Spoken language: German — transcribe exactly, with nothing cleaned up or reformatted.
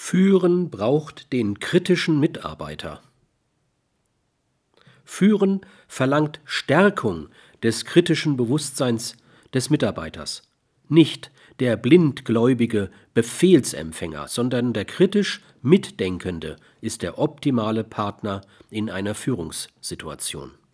Führen braucht den kritischen Mitarbeiter. Führen verlangt Stärkung des kritischen Bewusstseins des Mitarbeiters. Nicht der blindgläubige Befehlsempfänger, sondern der kritisch Mitdenkende ist der optimale Partner in einer Führungssituation.